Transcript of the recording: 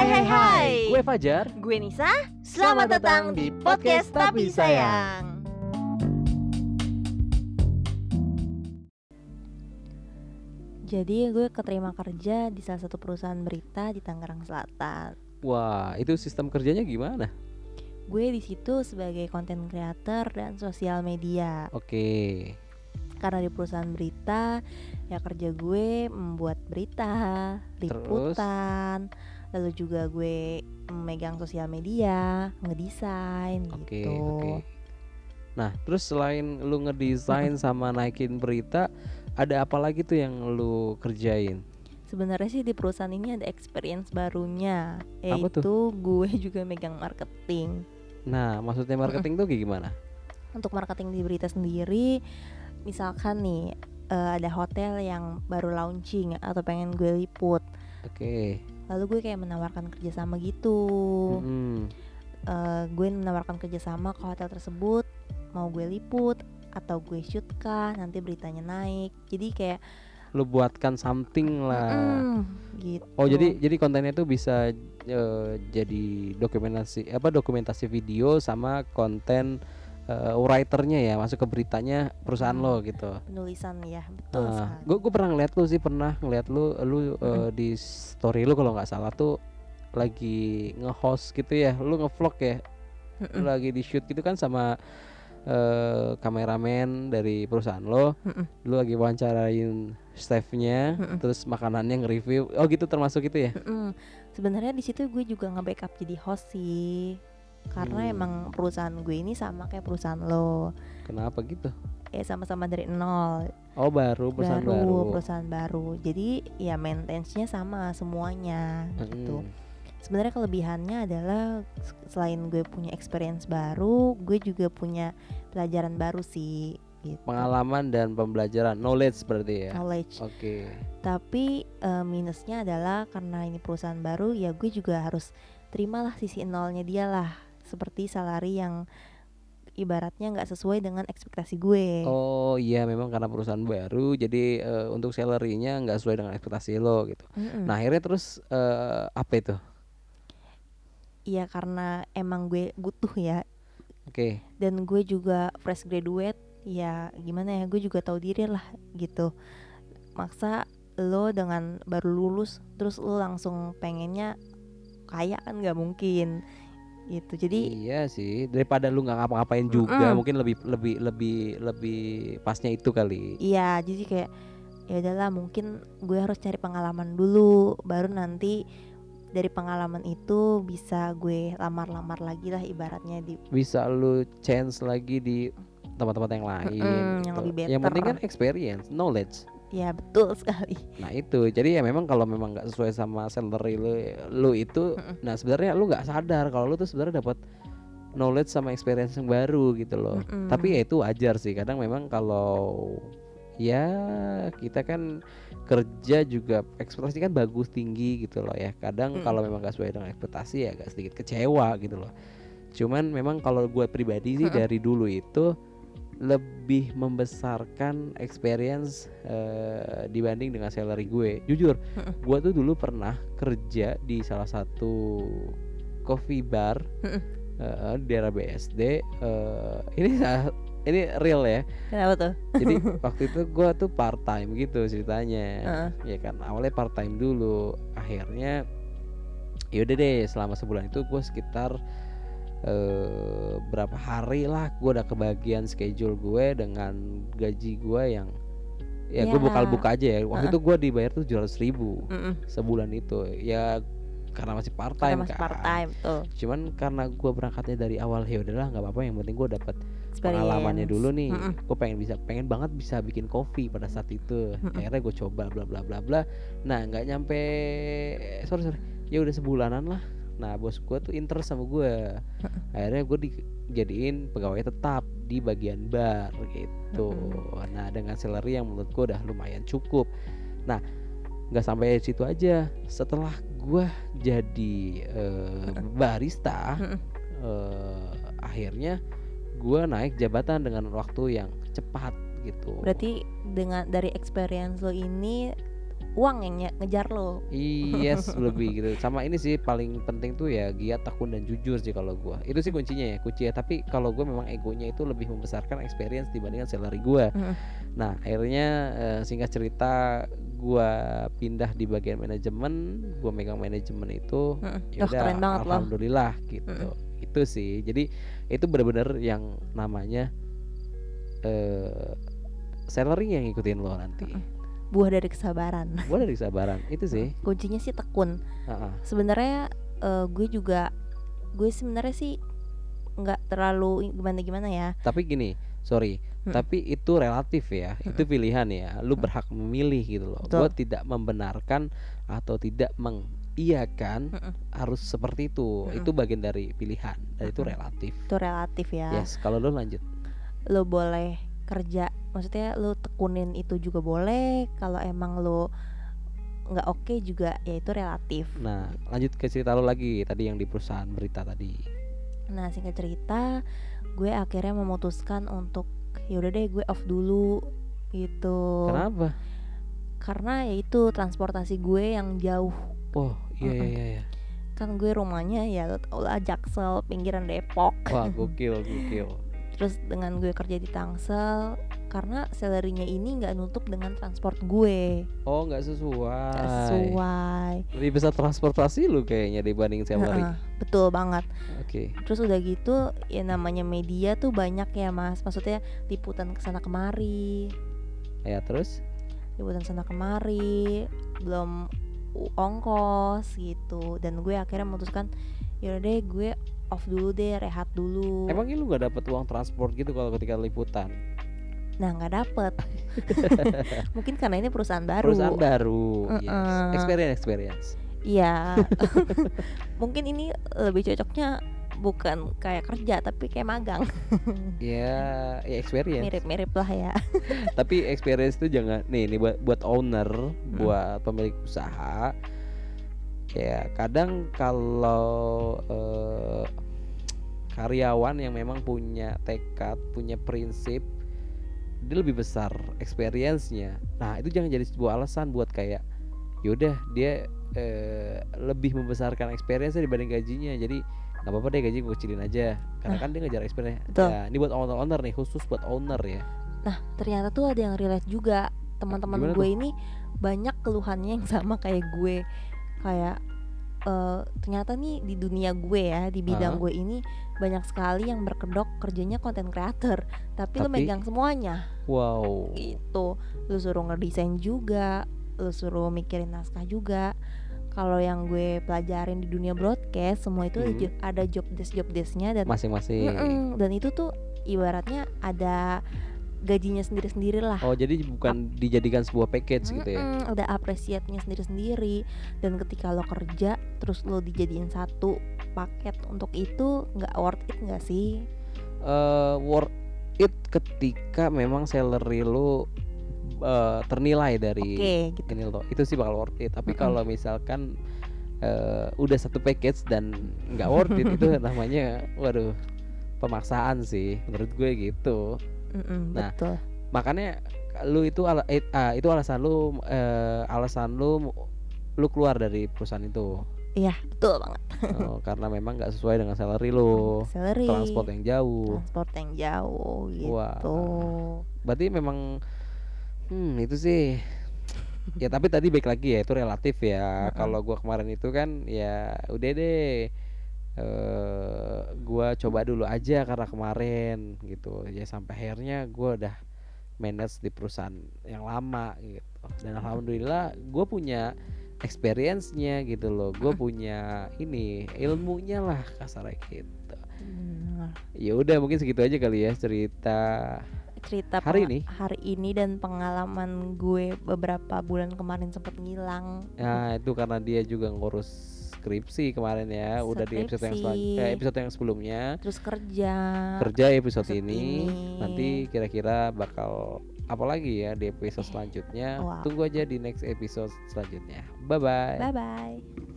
Hai, gue Fajar. gue Nisa. Selamat datang di podcast Tapi Sayang. Jadi gue keterima kerja di salah satu perusahaan berita di Tangerang Selatan. Wah, itu sistem kerjanya gimana? Gue di situ sebagai content creator dan sosial media. Oke. Karena di perusahaan berita, ya kerja gue membuat berita, liputan, lalu juga gue memegang sosial media, ngedesain gitu. Oke. Nah, terus selain lu ngedesain sama naikin berita, ada apa lagi tuh yang lu kerjain? Sebenarnya sih di perusahaan ini ada experience barunya, Apa yaitu tuh? gue juga megang marketing. Nah, maksudnya marketing tuh kayak gimana? Untuk marketing di berita sendiri, misalkan nih ada hotel yang baru launching atau pengen gue liput, Oke. lalu gue kayak menawarkan kerjasama gitu. Gue menawarkan kerjasama ke hotel tersebut, mau gue liput atau gue shoot kah, nanti beritanya naik. Jadi kayak Lu buatkan something lah. gitu. Oh, jadi kontennya tuh bisa jadi dokumentasi video sama konten writernya ya, masuk ke beritanya perusahaan lo gitu. Penulisan ya, betul sekali. Gue pernah ngeliat lu di story lu kalau nggak salah tuh lagi nge-host gitu ya, lu nge-vlog ya, lu lagi di shoot gitu kan sama kameramen dari perusahaan lo, lu lagi wawancarain staffnya, terus makanannya nge-review, oh gitu termasuk itu ya? Sebenarnya di situ gue juga nge-backup jadi host sih, karena emang perusahaan gue ini sama kayak perusahaan lo. Kenapa gitu? Sama-sama dari nol. Oh perusahaan baru. Jadi ya maintenance-nya sama semuanya gitu. Sebenarnya kelebihannya adalah selain gue punya experience baru, gue juga punya pelajaran baru sih gitu. Pengalaman dan pembelajaran, knowledge berarti ya. Knowledge. Oke. Tapi minusnya adalah karena ini perusahaan baru, ya gue juga harus terimalah sisi nolnya dia lah, seperti salary yang ibaratnya nggak sesuai dengan ekspektasi gue. Oh iya, memang karena perusahaan baru, jadi untuk salary-nya nggak sesuai dengan ekspektasi lo gitu. Nah akhirnya terus apa itu? Iya, karena emang gue butuh ya. Oke. Dan gue juga fresh graduate, ya gimana ya, gue juga tahu diri lah gitu. Maksa lo dengan baru lulus terus lo langsung pengennya kaya kan nggak mungkin gitu. Jadi iya sih, daripada lu nggak ngapa-ngapain juga, mungkin lebih pasnya itu kali. Iya, jadi kayak ya udahlah, mungkin gue harus cari pengalaman dulu, baru nanti dari pengalaman itu bisa gue lamar-lamar lagi lah ibaratnya bisa lu chance lagi di tempat-tempat yang lain yang lebih better. Yang penting kan experience, knowledge. Ya betul sekali. Nah itu, jadi ya memang kalau memang nggak sesuai sama salary lu itu, nah sebenarnya lu nggak sadar kalau lu tuh sebenarnya dapat knowledge sama experience yang baru gitu loh. Tapi ya itu wajar sih, kadang memang kalau ya kita kan kerja juga ekspektasi kan bagus tinggi gitu loh ya. Kadang kalau memang gak sesuai dengan ekspektasi ya agak sedikit kecewa gitu loh. Cuman memang kalau gue pribadi sih dari dulu itu lebih membesarkan experience dibanding dengan salary gue. Jujur, gue tuh dulu pernah kerja di salah satu coffee bar di daerah BSD. Ini real ya. Kenapa tuh? Jadi waktu itu gue tuh part time gitu ceritanya. Ya kan awalnya part time dulu, akhirnya yaudah deh selama sebulan itu gue sekitar berapa hari lah gue udah kebagian schedule gue dengan gaji gue yang ya gue buka aja ya. Waktu itu gue dibayar tuh 700.000 sebulan itu ya, karena masih part time tuh. Cuman karena gue berangkatnya dari awal, ya udahlah nggak apa-apa, yang penting gue dapat pengalamannya dulu nih. Gue pengen banget bisa bikin kopi pada saat itu. Akhirnya gue coba bla bla bla bla. Nah nggak nyampe sorry ya udah sebulanan lah. Nah bos gue tuh interest sama gue. Akhirnya gue dijadiin pegawai tetap di bagian bar gitu. Nah dengan salary yang menurut gue udah lumayan cukup. Nah nggak sampai situ aja, setelah gue jadi barista, akhirnya gue naik jabatan dengan waktu yang cepat gitu. Berarti dari experience lo ini uang yang ngejar lo. Yes, lebih gitu. Sama ini sih paling penting tuh ya giat, tekun dan jujur sih kalau gua. Itu sih kuncinya ya, kunci ya. Tapi kalau gua memang egonya itu lebih membesarkan experience dibandingkan salary gua. Nah, akhirnya singkat cerita gua pindah di bagian manajemen, gua megang manajemen itu. Ya udah, alhamdulillah gitu. Itu sih. Jadi itu benar-benar yang namanya salary yang ngikutin lo nanti. Buah dari kesabaran. Buah dari kesabaran itu sih. Kuncinya sih tekun. Sebenarnya gue sebenarnya sih nggak terlalu gimana ya. Tapi gini, sorry, tapi itu relatif ya, itu pilihan ya. Lu berhak memilih gitu loh. Gue tidak membenarkan atau tidak mengiyakan harus seperti itu. Itu bagian dari pilihan dan itu relatif. Itu relatif ya. Yes, kalau lu lanjut. Lu boleh kerja, maksudnya lu tekunin itu juga boleh. Kalau emang lu nggak oke juga ya itu relatif. Nah, lanjut ke cerita lu lagi tadi yang di perusahaan berita tadi. Nah, singkat cerita, gue akhirnya memutuskan untuk yaudah deh gue off dulu gitu. Kenapa? Karena ya itu transportasi gue yang jauh. Oh iya. Kan gue rumahnya ya lo tau lah, Jaksel, pinggiran Depok. Wah gokil. Terus dengan gue kerja di Tangsel, karena salary-nya ini nggak nutup dengan transport gue. Oh, nggak sesuai. Lebih besar transportasi lu kayaknya dibanding salary. Betul banget. Oke. Terus udah gitu ya namanya media tuh banyak ya mas, maksudnya liputan kesana kemari. Ya terus? Liputan sana kemari, belum ongkos gitu. Dan gue akhirnya memutuskan yaudah deh gue off dulu deh, rehat dulu. Emangnya lu nggak dapet uang transport gitu kalau ketika liputan? Nah nggak dapet. Mungkin karena ini perusahaan baru. Yes. Experience. Iya. Mungkin ini lebih cocoknya bukan kayak kerja tapi kayak magang. Ya experience. Mirip-mirip lah ya. Tapi experience itu jangan nih buat owner, buat pemilik usaha. Ya kadang kalau karyawan yang memang punya tekad, punya prinsip, dia lebih besar experience-nya. Nah itu jangan jadi sebuah alasan buat kayak yaudah dia lebih membesarkan experience-nya dibanding gajinya. Jadi nggak apa-apa deh gaji gue kecilin aja, karena kan dia ngejar experience. Ya ini buat owner nih, khusus buat owner ya. Nah ternyata tuh ada yang relate juga. Teman-teman gue ini banyak keluhannya yang sama kayak gue. Kayak ternyata nih di dunia gue ya, di bidang gue ini banyak sekali yang berkedok kerjanya content creator, tapi lu megang semuanya. Wow. Gitu. Lu suruh ngedesain juga, lu suruh mikirin naskah juga. Kalau yang gue pelajarin di dunia broadcast, semua itu ada job desk-nya dan masing-masing. Dan itu tuh ibaratnya ada gajinya sendiri-sendiri lah. Oh jadi bukan dijadikan sebuah package gitu ya? Ada apresiatnya sendiri-sendiri. Dan ketika lo kerja terus lo dijadiin satu paket untuk itu, nggak worth it nggak sih? Worth it ketika memang salary lo ternilai dari gitu. Ini lo, itu sih bakal worth it. Tapi kalau misalkan udah satu package dan nggak worth it, itu namanya waduh pemaksaan sih menurut gue gitu. Nah, betul. Makanya lu itu itu alasan lu keluar dari perusahaan itu. Iya, betul banget. Karena memang nggak sesuai dengan salary lu. Transport yang jauh gitu. Wah, berarti memang itu sih. Ya tapi tadi baik lagi ya, itu relatif ya. Kalau gua kemarin itu kan ya udah deh. Gue coba dulu aja karena kemarin gitu ya, sampai akhirnya gue udah manage di perusahaan yang lama gitu. Dan alhamdulillah gue punya experience-nya gitu loh, gue punya ini ilmunya lah kasarnya gitu. Ya udah mungkin segitu aja kali ya cerita hari ini dan pengalaman gue beberapa bulan kemarin sempat ngilang. Nah itu karena dia juga ngurus skripsi kemarin ya, udah di episode yang sebelumnya. Terus kerja episode ini. Nanti kira-kira bakal apa lagi ya di episode selanjutnya. Tunggu aja di next episode selanjutnya. Bye bye.